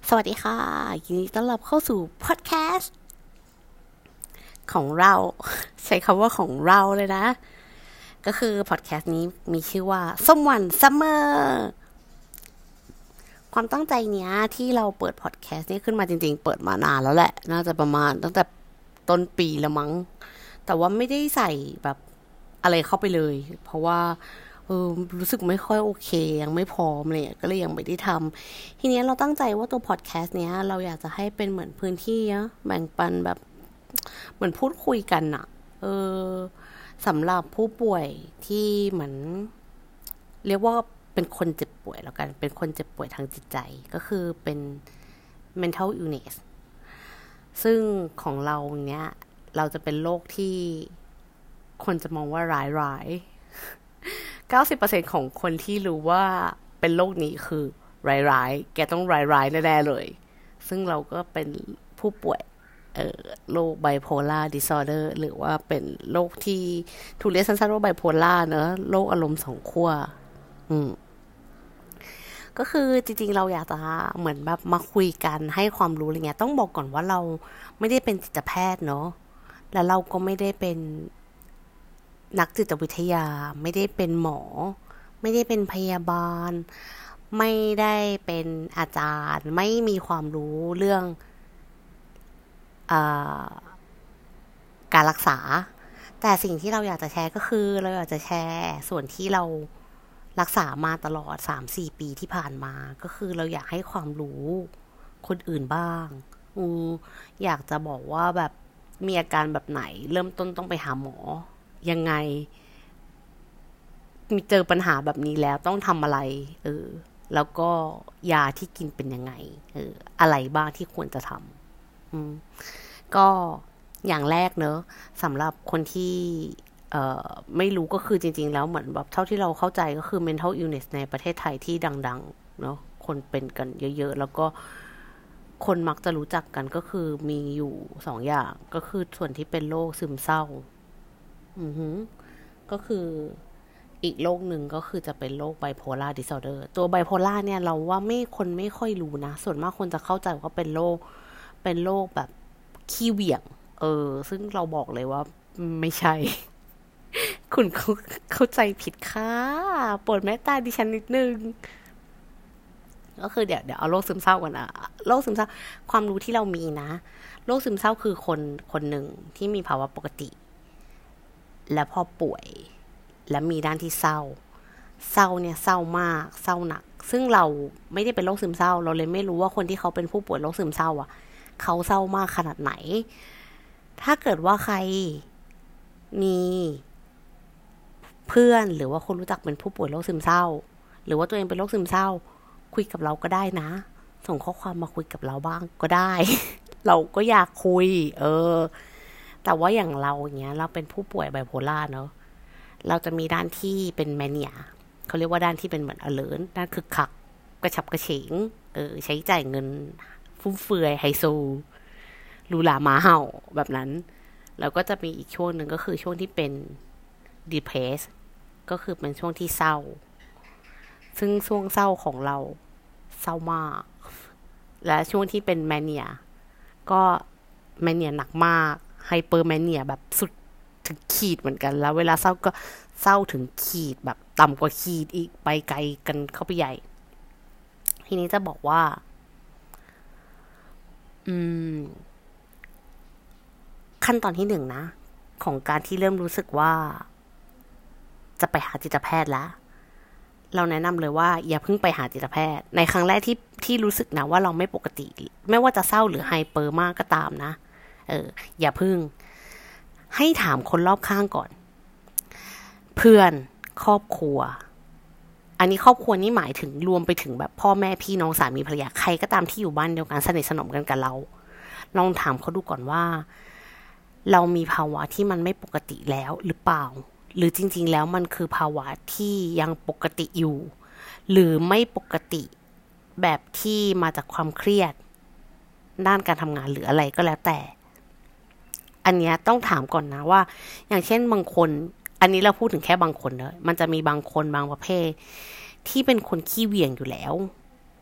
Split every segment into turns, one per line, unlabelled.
สวัสดีค่ะยินดีต้อนรับเข้าสู่พอดแคสต์ของเรา ใช้คำว่าของเราเลยนะก็คือพอดแคสต์นี้มีชื่อว่าส้มวันซัมเมอร์ความตั้งใจเนี้ยที่เราเปิดพอดแคสต์นี้ขึ้นมาจริงๆเปิดมานานแล้วแหละน่าจะประมาณตั้งแต่ต้นปีแล้วมั้งแต่ว่าไม่ได้ใส่แบบอะไรเข้าไปเลยเพราะว่ารู้สึกไม่ค่อยโอเคยังไม่พร้อมเลยก็เลยยังไม่ได้ทำทีนี้เราตั้งใจว่าตัวพอดแคสต์เนี้ยเราอยากจะให้เป็นเหมือนพื้นที่นะแบ่งปันแบบเหมือนพูดคุยกันอะสำหรับผู้ป่วยที่เหมือนเรียกว่าเป็นคนเจ็บป่วยแล้วกันเป็นคนเจ็บป่วยทางจิตใจก็คือเป็น mental illness ซึ่งของเราเนี้ยเราจะเป็นโรคที่คนจะมองว่าร้าย 90% ของคนที่รู้ว่าเป็นโรคนี้คือร้ายแกต้องร้ายแน่ๆเลยซึ่งเราก็เป็นผู้ป่วยโรคไบโพล่าดิสออเดอร์หรือว่าเป็นโรคที่ถูกเรียกสั้นๆว่าไบโพล่าเนอะโรคอารมณ์สองขั้วก็คือจริงๆเราอยากจะเหมือนแบบมาคุยกันให้ความรู้อะไรเงี้ยต้องบอกก่อนว่าเราไม่ได้เป็นจิตแพทย์เนาะแล้วเราก็ไม่ได้เป็นนักจิตวิทยาไม่ได้เป็นหมอไม่ได้เป็นพยาบาลไม่ได้เป็นอาจารย์ไม่มีความรู้เรื่องการรักษาแต่สิ่งที่เราอยากจะแชร์ก็คือเราอยากจะแชร์ส่วนที่เรารักษามาตลอด 3-4 ปีที่ผ่านมาก็คือเราอยากให้ความรู้คนอื่นบ้างอยากจะบอกว่าแบบมีอาการแบบไหนเริ่มต้นต้องไปหาหมอยังไงมีเจอปัญหาแบบนี้แล้วต้องทำอะไรแล้วก็ยาที่กินเป็นยังไงอะไรบ้างที่ควรจะทำก็อย่างแรกเนอะสำหรับคนที่ไม่รู้ก็คือจริงๆแล้วเหมือนแบบเท่าที่เราเข้าใจก็คือ mental illness ในประเทศไทยที่ดังๆเนอะคนเป็นกันเยอะๆแล้วก็คนมักจะรู้จักกันก็คือมีอยู่2 อย่างก็คือส่วนที่เป็นโรคซึมเศร้าก็คืออีกโรคหนึ่งก็คือจะเป็นโรคไบโพล่าดิสออเดอร์ตัวไบโพล่าเนี่ยเราว่าคนไม่ค่อยรู้นะส่วนมากคนจะเข้าใจว่าเป็นโรคแบบขี้เหวี่ยงซึ่งเราบอกเลยว่าไม่ใช่ คุณเข้าใจผิดค่ะโปรดเมตตาดิฉันนิดนึงก็คือเดี๋ยวเอาโรคซึมเศร้าก่อนนะโรคซึมเศร้าความรู้ที่เรามีนะโรคซึมเศร้าคือคนหนึ่งที่มีภาวะปกติและพอป่วยและมีด้านที่เศร้าเนี่ยเศร้ามากเศร้าหนักซึ่งเราไม่ได้เป็นโรคซึมเศร้าเราเลยไม่รู้ว่าคนที่เขาเป็นผู้ป่วยโรคซึมเศร้าอ่ะเขาเศร้ามากขนาดไหนถ้าเกิดว่าใครมีเพื่อนหรือว่าคนรู้จักเป็นผู้ป่วยโรคซึมเศร้าหรือว่าตัวเองเป็นโรคซึมเศร้าคุยกับเราก็ได้นะส่งข้อความมาคุยกับเราบ้างก็ได้ เราก็อยากคุยแต่ว่าอย่างเราอย่างเงี้ยเราเป็นผู้ป่วยไบโพล่าเนาะเราจะมีด้านที่เป็นแมเนียเขาเรียกว่าด้านที่เป็นเหมือนalertด้านคึกคักกระฉับกระเฉงใช้จ่ายเงินฟุ่มเฟือยไฮโซลูลามาเห่าแบบนั้นแล้วก็จะมีอีกช่วงหนึ่งก็คือช่วงที่เป็น depressed ก็คือเป็นช่วงที่เศร้าซึ่งช่วงเศร้าของเราเศร้ามากและช่วงที่เป็นแมเนียก็แมเนียหนักมากไฮเปอร์แมเนียแบบสุดถึงขีดเหมือนกันแล้วเวลาเศร้าก็เศร้าถึงขีดแบบต่ำกว่าขีดอีกไปไกลกันเข้าไปใหญ่ทีนี้จะบอกว่าขั้นตอนที่1นะของการที่เริ่มรู้สึกว่าจะไปหาจิตแพทย์แล้วเราแนะนำเลยว่าอย่าเพิ่งไปหาจิตแพทย์ในครั้งแรกที่รู้สึกนะว่าเราไม่ปกติไม่ว่าจะเศร้าหรือไฮเปอร์มากก็ตามนะอย่าเพิ่งให้ถามคนรอบข้างก่อนเพื่อนครอบครัวอันนี้ครอบครัวนี่หมายถึงรวมไปถึงแบบพ่อแม่พี่น้องสามีภรรยาใครก็ตามที่อยู่บ้านเดียวกันสนิทสนมกันกับเราลองถามเขาดูก่อนว่าเรามีภาวะที่มันไม่ปกติแล้วหรือเปล่าหรือจริงๆแล้วมันคือภาวะที่ยังปกติอยู่หรือไม่ปกติแบบที่มาจากความเครียดด้านการทำงานหรืออะไรก็แล้วแต่อันนี้ต้องถามก่อนนะว่าอย่างเช่นบางคนอันนี้เราพูดถึงแค่บางคนเนอะมันจะมีบางคนบางประเภทที่เป็นคนขี้เหวี่ยงอยู่แล้ว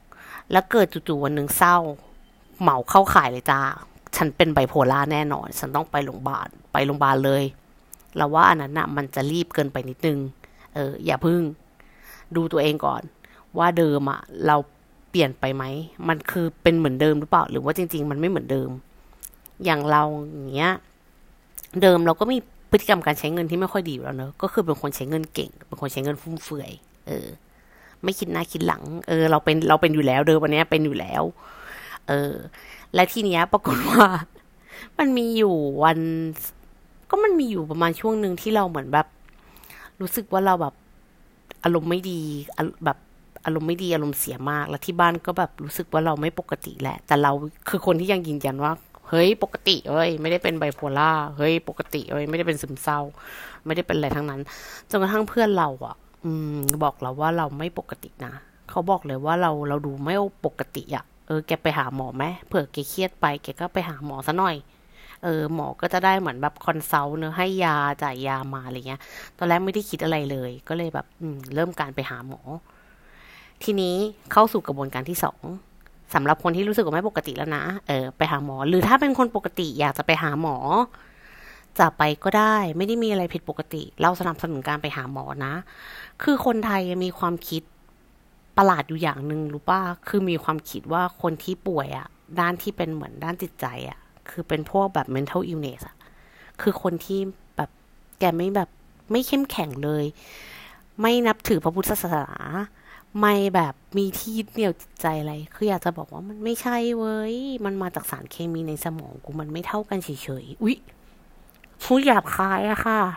แล้วเกิดจู่ๆวันหนึ่งเศร้าเหมาเข้าข่ายเลยจ้าฉันเป็นไบโพล่าแน่นอนฉันต้องไปโรงพยาบาลเลยเราว่าอันนั้นน่ะมันจะรีบเกินไปนิดนึงอย่าพึ่งดูตัวเองก่อนว่าเดิมอ่ะเราเปลี่ยนไปไหมมันคือเป็นเหมือนเดิมหรือเปล่าหรือว่าจริงๆมันไม่เหมือนเดิมอย่างเราอย่างเงี้ยเดิมเราก็มีพฤติกรรมการใช้เงินที่ไม่ค่อยดีอยู่แล้วเนอะก็คือเป็นคนใช้เงินเก่งเป็นคนใช้เงินฟุ่มเฟือยไม่คิดหน้าคิดหลังเราเป็นอยู่แล้วเดิมวันนี้เป็นอยู่แล้วเออและทีเนี้ยปรากฏว่ามันมีอยู่วันก็มันมีอยู่ประมาณช่วงหนึ่งที่เราเหมือนแบบรู้สึกว่าเราแบบอารมณ์ไม่ดีแบบอารมณ์ไม่ดีอารมณ์เสียมากแล้วที่บ้านก็แบบรู้สึกว่าเราไม่ปกติแหละแต่เราคือคนที่ยังยืนยันว่าเฮ้ยปกติไม่ได้เป็นไบโพล่าเฮ้ยปกติไม่ได้เป็นซึมเศร้าไม่ได้เป็นอะไรทั้งนั้นจนกระทั่งเพื่อนเราอ่ะบอกเราว่าเราไม่ปกตินะเขาบอกเลยว่าเราดูไม่ปกติอ่ะแกไปหาหมอไหมเผื่อแกเครียดไปแกก็ไปหาหมอซะหน่อยหมอก็จะได้เหมือนแบบคอนซัลท์เนอะให้ยาจ่ายยามาอะไรเงี้ยตอนแรกไม่ได้คิดอะไรเลยก็เลยแบบเริ่มการไปหาหมอทีนี้เข้าสู่กระบวนการที่สองสำหรับคนที่รู้สึกว่าไม่ปกติแล้วนะไปหาหมอหรือถ้าเป็นคนปกติอยากจะไปหาหมอจะไปก็ได้ไม่ได้มีอะไรผิดปกติเราสนับสนุนการไปหาหมอนะคือคนไทยมีความคิดประหลาดอยู่อย่างหนึ่งรู้ป่ะคือมีความคิดว่าคนที่ป่วยอะด้านที่เป็นเหมือนด้านจิตใจอะคือเป็นพวกแบบ mental illness อะคือคนที่แบบแกไม่แบบไม่เข้มแข็งเลยไม่นับถือพระพุทธศาสนาไม่แบบมีที่ยึดเหนี่ยวจิตใจอะไรคืออยากจะบอกว่ามันไม่ใช่เว้ยมันมาจากสารเคมีในสมองกูมันไม่เท่ากันเฉยๆอุ๊ยพูดหยาบคายอะค่ะ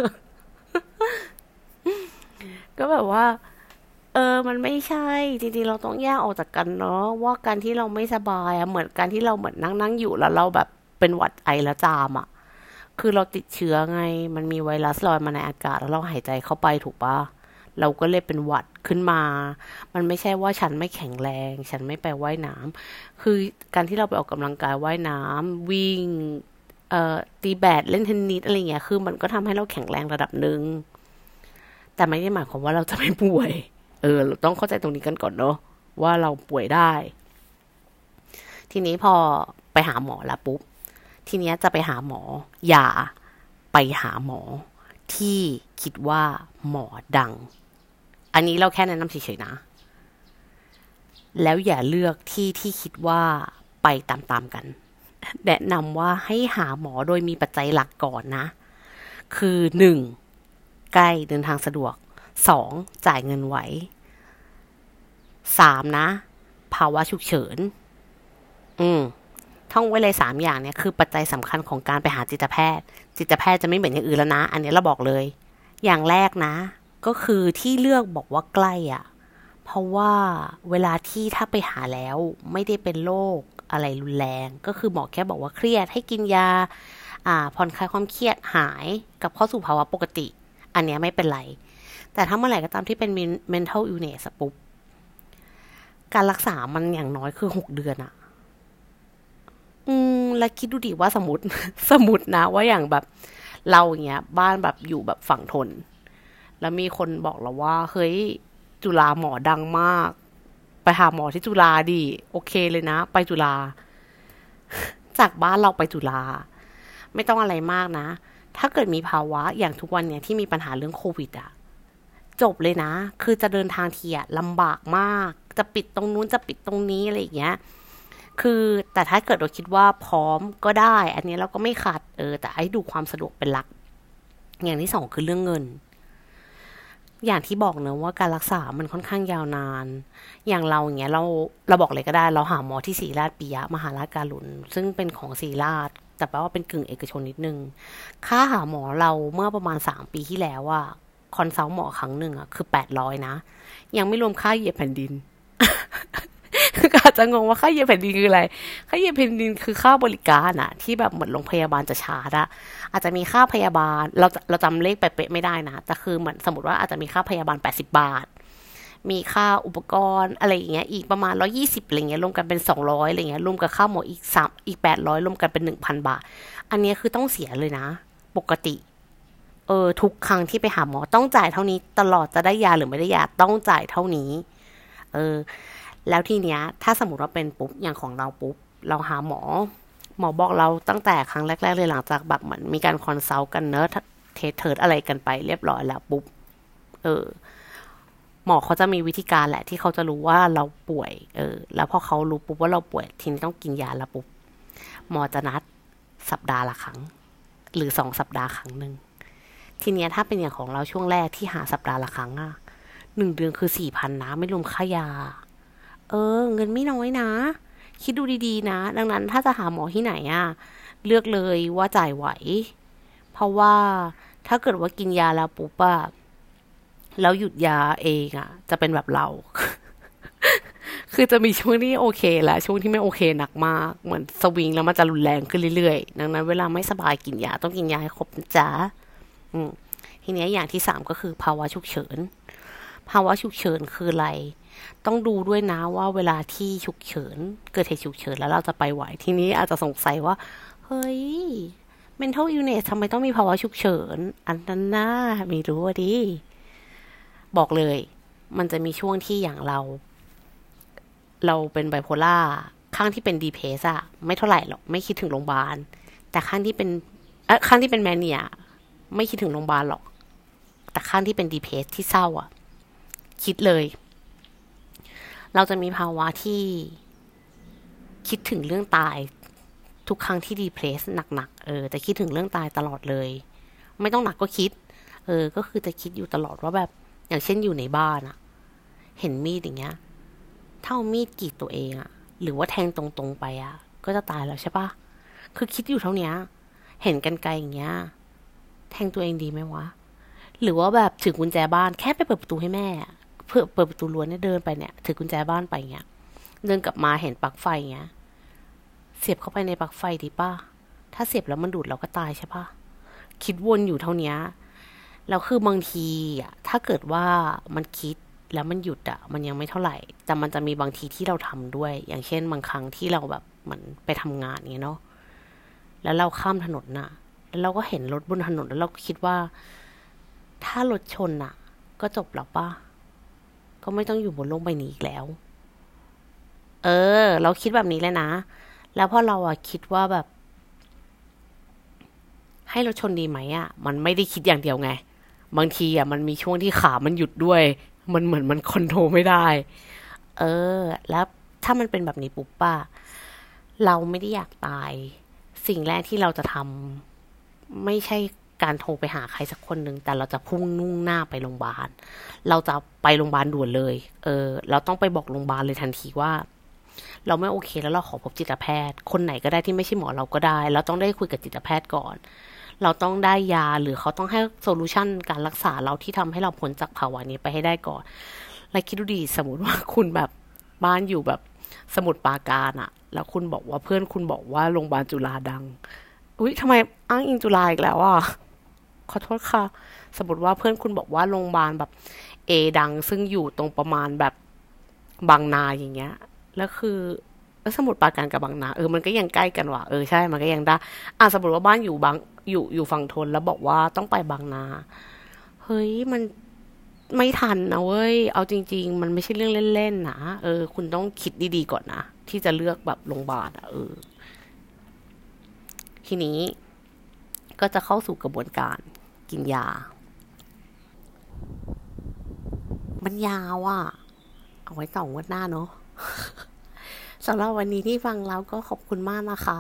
ก็แบบว่ามันไม่ใช่จริงๆเราต้องแยกออกจากกันเนาะว่าการที่เราไม่สบายอะเหมือนการที่เราเหมือนนั่งอยู่แล้วเราแบบเป็นหวัดไอแล้วจามอะคือเราติดเชื้อไงมันมีไวรัสลอยมาในอากาศแล้วเราหายใจเข้าไปถูกปะเราก็เลยเป็นหวัดขึ้นมามันไม่ใช่ว่าฉันไม่แข็งแรงฉันไม่ไปว่ายน้ำคือการที่เราไปออกกำลังกายว่ายน้ำวิ่งตีแบดเล่นเทนนิสอะไรเงี้ยคือมันก็ทำให้เราแข็งแรงระดับหนึ่งแต่ไม่ได้หมายความว่าเราจะไม่ป่วยเราต้องเข้าใจตรงนี้กันก่อนเนาะว่าเราป่วยได้ทีนี้พอไปหาหมอแล้วปุ๊บทีนี้จะไปหาหมออย่าไปหาหมอที่คิดว่าหมอดังอันนี้เราแค่แนะนำเฉยๆนะแล้วอย่าเลือกที่คิดว่าไปตามๆกันแนะนำว่าให้หาหมอโดยมีปัจจัยหลักก่อนนะคือ1ใกล้เดินทางสะดวก2จ่ายเงินไหว3นะภาวะฉุกเฉินท่องไว้เลย3อย่างเนี่ยคือปัจจัยสำคัญของการไปหาจิตแพทย์จะไม่เหมือนอย่างอื่นแล้วนะอันนี้เราบอกเลยอย่างแรกนะก็คือที่เลือกบอกว่าใกล้อ่ะเพราะว่าเวลาที่ถ้าไปหาแล้วไม่ได้เป็นโรคอะไรรุนแรงก็คือหมอแค่บอกว่าเครียดให้กินยาผ่อนคลายความเครียดหายกับเข้าสู่ภาวะปกติอันนี้ไม่เป็นไรแต่ถ้าเมื่อไหร่ก็ตามที่เป็น mental illness ปุ๊บการรักษามันอย่างน้อยคือ6 เดือนอะแล้วคิดดูดิว่าสมมตินะว่าอย่างแบบเราอย่างเงี้ยบ้านแบบอยู่แบบฝั่งทนแล้วมีคนบอกเราว่าเฮ้ยจุฬาหมอดังมากไปหาหมอที่จุฬาดิโอเคเลยนะไปจุฬาจากบ้านเราไปจุฬาไม่ต้องอะไรมากนะถ้าเกิดมีภาวะอย่างทุกวันเนี่ยที่มีปัญหาเรื่องโควิดอะจบเลยนะคือจะเดินทางทีอะลำบากมากจะปิดตรงนู้นจะปิดตรงนี้อะไรอย่างเงี้ยคือแต่ถ้าเกิดเราคิดว่าพร้อมก็ได้อันนี้เราก็ไม่ขัดแต่ให้ดูความสะดวกเป็นหลักอย่างที่สองคือเรื่องเงินอย่างที่บอกเนอะว่าการรักษามันค่อนข้างยาวนานอย่างเราอย่างเงี้ยเราบอกเลยก็ได้เราหาหมอที่ศรีราชปิยะมหาราชการุณซึ่งเป็นของศรีราชแต่แปลว่าเป็นกึ่งเอกชนนิดนึงค่าหาหมอเราเมื่อประมาณ3 ปีที่แล้วอะคอนซัลท์หมอครั้งหนึ่งอะคือ800นะยังไม่รวมค่าเหยียบแผ่นดิน อาจจะงงว่าค่าเหยียบแผ่นดินคืออะไรค่าเหยียบแผ่นดินคือค่าบริการอะที่แบบเหมือนโรงพยาบาลจะชาร์จอะอาจจะมีค่าพยาบาลเราจำเลขเป๊ะๆไม่ได้นะแต่คือเหมือนสมมติว่าอาจจะมีค่าพยาบาล80 บาทมีค่าอุปกรณ์อะไรอย่างเงี้ยอีกประมาณ120อะไรเงี้ยรวมกันเป็น200อะไรเงี้ยรวมกับค่าหมออีก800รวมกันเป็น1,000 บาทอันนี้คือต้องเสียเลยนะปกติทุกครั้งที่ไปหาหมอต้องจ่ายเท่านี้ตลอดจะได้ยาหรือไม่ได้ยาต้องจ่ายเท่านี้เออแล้วทีเนี้ยถ้าสมมติว่าเป็นปุ๊บอย่างของเราปุ๊บเราหาหมอบอกเราตั้งแต่ครั้งแรกๆเลยหลังจากแบบเหมือนมีการคอนซัลท์กันเนอะเทสเทิร์ดอะไรกันไปเรียบร้อยแล้วปุ๊บเออหมอเขาจะมีวิธีการแหละที่เขาจะรู้ว่าเราป่วยแล้วพอเขารู้ปุ๊บว่าเราป่วยทีนี้ต้องกินยาแล้วปุ๊บหมอจะนัดสัปดาห์ละครั้งหรือ2 สัปดาห์ครั้งหนึ่งทีเนี้ยถ้าเป็นอย่างของเราช่วงแรกที่หาสัปดาห์ละครั้งอะ1 เดือนคือ4,000นะไม่รวมค่ายาเงินไม่น้อยนะคิดดูดีๆนะดังนั้นถ้าจะหาหมอที่ไหนอะเลือกเลยว่าจ่ายไหวเพราะว่าถ้าเกิดว่ากินยาแล้วปุ๊บอะแล้วหยุดยาเองอะจะเป็นแบบเรา คือจะมีช่วงที่โอเคและช่วงที่ไม่โอเคหนักมากเหมือนสวิงแล้วมันจะรุนแรงขึ้นเรื่อยๆดังนั้นเวลาไม่สบายกินยาต้องกินยาให้ครบนะจ๊ะอืมทีนี้อย่างที่3ก็คือภาวะฉุกเฉินภาวะฉุกเฉินคืออะไรต้องดูด้วยนะว่าเวลาที่ฉุกเฉินเกิดเหตุฉุกเฉินแล้วเราจะไปไหวทีนี้อาจจะสงสัยว่าเฮ้ย mental illness ทำไมต้องมีภาวะฉุกเฉินอันนั้นน่าไม่รู้ดิบอกเลยมันจะมีช่วงที่อย่างเราเป็นไบโพล่าข้างที่เป็นดีเพสอะไม่เท่าไหร่หรอกไม่คิดถึงโรงพยาบาลแต่ข้างที่เป็นแมเนียไม่คิดถึงโรงพยาบาลหรอกแต่ข้างที่เป็นดีเพสที่เศร้าอะคิดเลยเราจะมีภาวะที่คิดถึงเรื่องตายทุกครั้งที่ดีเพรสหนักๆแต่คิดถึงเรื่องตายตลอดเลยไม่ต้องหนักก็คิดก็คือจะคิดอยู่ตลอดว่าแบบอย่างเช่นอยู่ในบ้านอะเห็นมีดอย่างเงี้ยถ้าเอามีดกรีดตัวเองอะหรือว่าแทงตรงๆไปอะก็จะตายแล้วใช่ปะคือคิดอยู่เท่านี้เห็นกันไกลอย่างเงี้ยแทงตัวเองดีไหมวะหรือว่าแบบถือกุญแจบ้านแค่ไปเปิดประตูให้แม่เพื่อเปิดประตูรั้วเนี่ยเดินไปเนี่ยถือกุญแจบ้านไปเงี้ยเดินกลับมาเห็นปลั๊กไฟเงี้ยเสียบเข้าไปในปลั๊กไฟดีป่ะถ้าเสียบแล้วมันดูดเราก็ตายใช่ปะคิดวนอยู่เท่านี้แล้วคือบางทีอ่ะถ้าเกิดว่ามันคิดแล้วมันหยุดอ่ะมันยังไม่เท่าไหร่แต่มันจะมีบางทีที่เราทำด้วยอย่างเช่นบางครั้งที่เราแบบเหมือนไปทำงานเงี้ยเนาะแล้วเราข้ามถนนน่ะแล้วเราก็เห็นรถบนถนนแล้วเราก็คิดว่าถ้ารถชนน่ะก็จบแล้วป่ะก็ไม่ต้องอยู่บนโลกใบนี้อีกแล้วเราคิดแบบนี้เลยนะแล้วพอเราอะคิดว่าแบบให้รถชนดีไหมอะมันไม่ได้คิดอย่างเดียวไงบางทีอะมันมีช่วงที่ขามันหยุดด้วยมันเหมือนมันคอนโทรลไม่ได้แล้วถ้ามันเป็นแบบนี้ปุ๊บป้าเราไม่ได้อยากตายสิ่งแรกที่เราจะทำไม่ใช่การโทรไปหาใครสักคนหนึ่งแต่เราจะพุ่งนุ่งหน้าไปโรงพยาบาลเราจะไปโรงพยาบาลด่วนเลยเราต้องไปบอกโรงพยาบาลเลยทันทีว่าเราไม่โอเคแล้วเราขอพบจิตแพทย์คนไหนก็ได้ที่ไม่ใช่หมอเราก็ได้เราต้องได้คุยกับจิตแพทย์ก่อนเราต้องได้ยาหรือเขาต้องให้โซลูชันการรักษาเราที่ทำให้เราพ้นจากภาวะนี้ไปให้ได้ก่อนแล้วคิดดูดีสมมติว่าคุณแบบบ้านอยู่แบบสมุทรปราการอะแล้วคุณบอกว่าเพื่อนคุณบอกว่าโรงพยาบาลจุฬาดังอุ๊ยทำไมอ้างอิงจุฬาอีกแล้วอ่ะขอโทษค่ะสมมติว่าเพื่อนคุณบอกว่าโรงพยาบาลแบบดังซึ่งอยู่ตรงประมาณแบบบางนาอย่างเงี้ยแล้วคือสมุทรปราการกับบางนามันก็ยังใกล้กันว่ะใช่มันก็ยังได้สมมติว่าบ้านอยู่บางอยู่ฝั่งทนแล้วบอกว่าต้องไปบางนาเฮ้ยมันไม่ทันนะเว้ยเอาจริงๆมันไม่ใช่เรื่องเล่นๆนะคุณต้องคิดดีๆก่อนนะที่จะเลือกแบบโรงพยาบาลทีนี้ก็จะเข้าสู่กระบวนการกินยามันยาวอ่ะเอาไว้ต่องวดหน้าเนาะสำหรับวันนี้ที่ฟังแล้วก็ขอบคุณมากนะคะ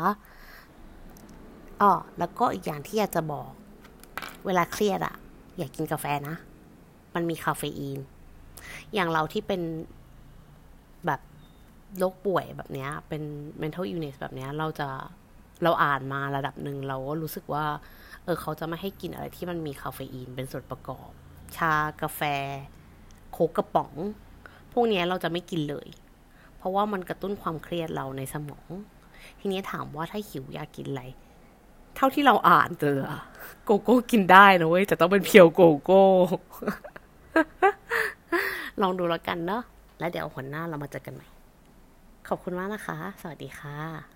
แล้วก็อีกอย่างที่อยากจะบอกเวลาเครียดอะอย่ากกินกาแฟนะมันมีคาเฟอีนอย่างเราที่เป็นแบบโรคป่วยแบบเนี้ยเป็น mental illness แบบเนี้ยเราอ่านมาระดับหนึ่งเราก็รู้สึกว่าเขาจะไม่ให้กินอะไรที่มันมีคาเฟอีนเป็นส่วนประกอบชากาแฟโค้กกระป๋องพวกนี้เราจะไม่กินเลยเพราะว่ามันกระตุ้นความเครียดเราในสมองทีนี้ถามว่าถ้าหิวอยากกินอะไรเท่าที่เราอ่านเจอโกโก้กินได้นะเว้ยแต่ต้องเป็นเพียวโกโก้ลองดูแล้วกันเนาะแล้วเดี๋ยวหัวหน้าเรามาเจอกันใหม่ขอบคุณมากนะคะสวัสดีค่ะ